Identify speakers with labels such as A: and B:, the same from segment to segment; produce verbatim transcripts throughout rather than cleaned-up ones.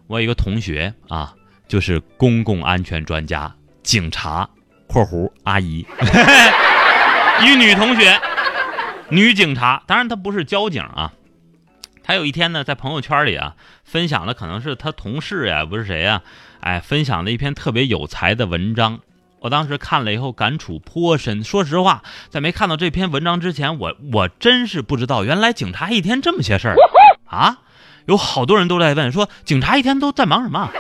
A: 我有一个同学啊，就是公共安全专家，警察（括弧阿姨），一个女同学，女警察，当然她不是交警啊。她有一天呢，在朋友圈里啊，分享了可能是她同事呀，不是谁呀，哎，分享了一篇特别有才的文章。我当时看了以后感触颇深。说实话，在没看到这篇文章之前，我我真是不知道，原来警察一天这么些事儿啊！有好多人都在问说，警察一天都在忙什么？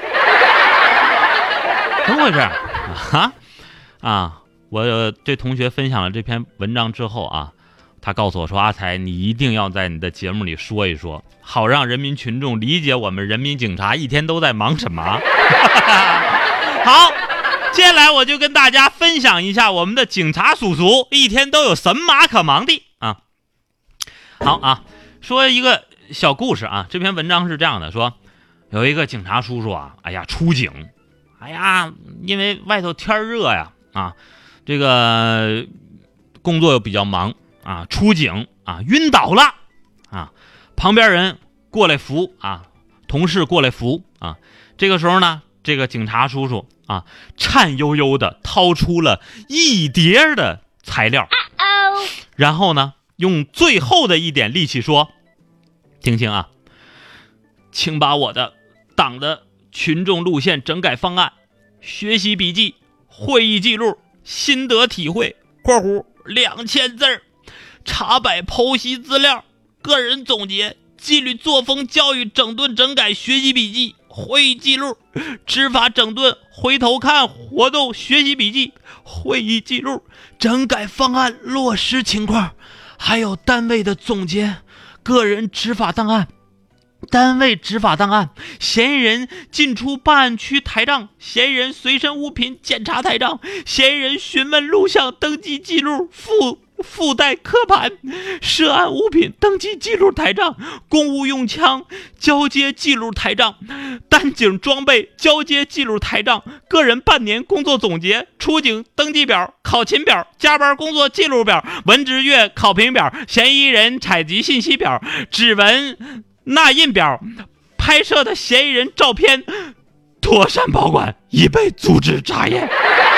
A: 怎么回事啊？啊！我这同学分享了这篇文章之后啊，他告诉我说：“阿才，你一定要在你的节目里说一说，好让人民群众理解我们人民警察一天都在忙什么。”好。接下来我就跟大家分享一下我们的警察叔叔一天都有什么可忙的啊。好啊，说一个小故事啊。这篇文章是这样的，说有一个警察叔叔啊，哎呀出警，哎呀因为外头天热呀啊，这个工作又比较忙啊，出警啊晕倒了啊，旁边人过来扶啊，同事过来扶啊，这个时候呢，这个警察叔叔啊，颤悠悠的掏出了一叠的材料，然后呢，用最后的一点力气说：“听清啊，请把我的党的群众路线整改方案、学习笔记、会议记录、心得体会（括弧两千字）、查摆剖析资料、个人总结、纪律作风教育整顿整改学习笔记。”会议记录、执法整顿、回头看活动学习笔记、会议记录、整改方案落实情况，还有单位的总结、个人执法档案、单位执法档案、嫌疑人进出办案区台账、嫌疑人随身物品检查台账、嫌疑人询问录像登记记录附附带刻盘、涉案物品登记记录台账、公务用枪交接记录台账、单警装备交接记录台账、个人半年工作总结、出警登记表、考勤表、加班工作记录表、文职月考评表、嫌疑人采集信息表、指纹捺印表、拍摄的嫌疑人照片，妥善保管，以备组织查验。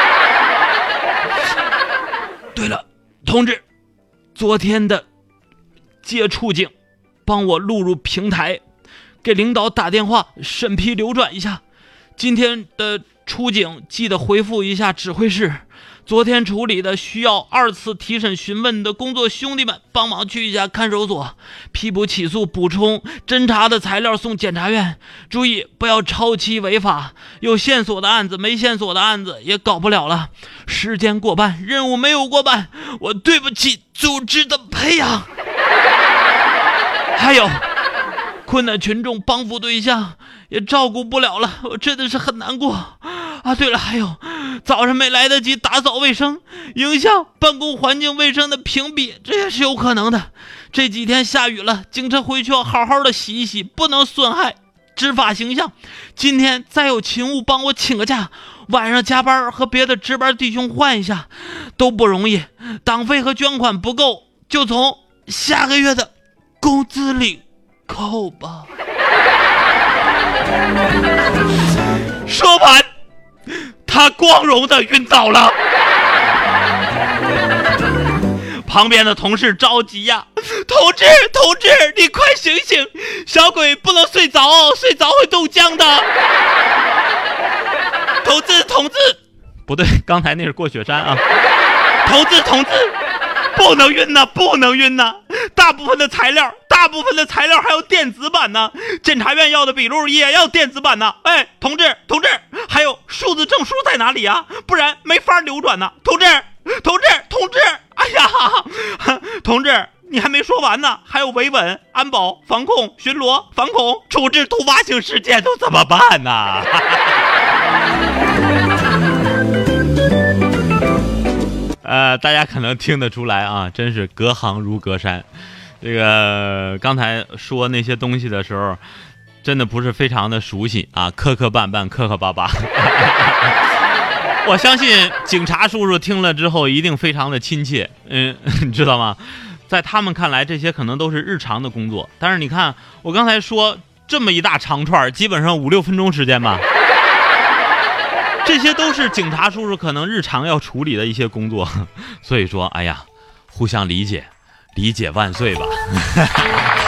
A: 对了，同志，昨天的接触警帮我录入平台，给领导打电话审批流转一下。今天的出警记得回复一下指挥室，昨天处理的需要二次提审询问的工作兄弟们帮忙去一下看守所，批捕起诉补充侦查的材料送检察院。注意不要超期违法，有线索的案子没线索的案子也搞不了了。时间过半，任务没有过半，我对不起组织的培养。还有困难群众帮扶对象也照顾不了了，我真的是很难过啊。对了，还有早上没来得及打扫卫生，影响办公环境卫生的评比，这也是有可能的。这几天下雨了，警车回去要好好的洗一洗，不能损害执法形象。今天再有勤务帮我请个假，晚上加班和别的值班弟兄换一下，都不容易。党费和捐款不够，就从下个月的工资里扣吧。说完，他光荣的晕倒了。旁边的同事着急呀、啊，同志同志你快醒醒，小鬼不能睡着，睡着会冻僵的。同志同志不对，刚才那是过雪山啊。同志同志不能晕呐，不能晕呐，大部分的材料大部分的材料还有电子版呢，检察院要的笔录也要电子版呢。哎，同志同志还有数字证书在哪里啊？不然没法流转呢。同志同志同志哎呀，同志你还没说完呢，还有维稳、安保、防控、巡逻、反恐、处置突发性事件都怎么办呢？呃，大家可能听得出来啊，真是隔行如隔山。这个刚才说那些东西的时候，真的不是非常的熟悉啊，磕磕绊绊，磕磕巴巴。我相信警察叔叔听了之后一定非常的亲切，嗯，你知道吗？在他们看来，这些可能都是日常的工作。但是你看，我刚才说这么一大长串，基本上五六分钟时间吧。这些都是警察叔叔可能日常要处理的一些工作，所以说，哎呀，互相理解，理解万岁吧。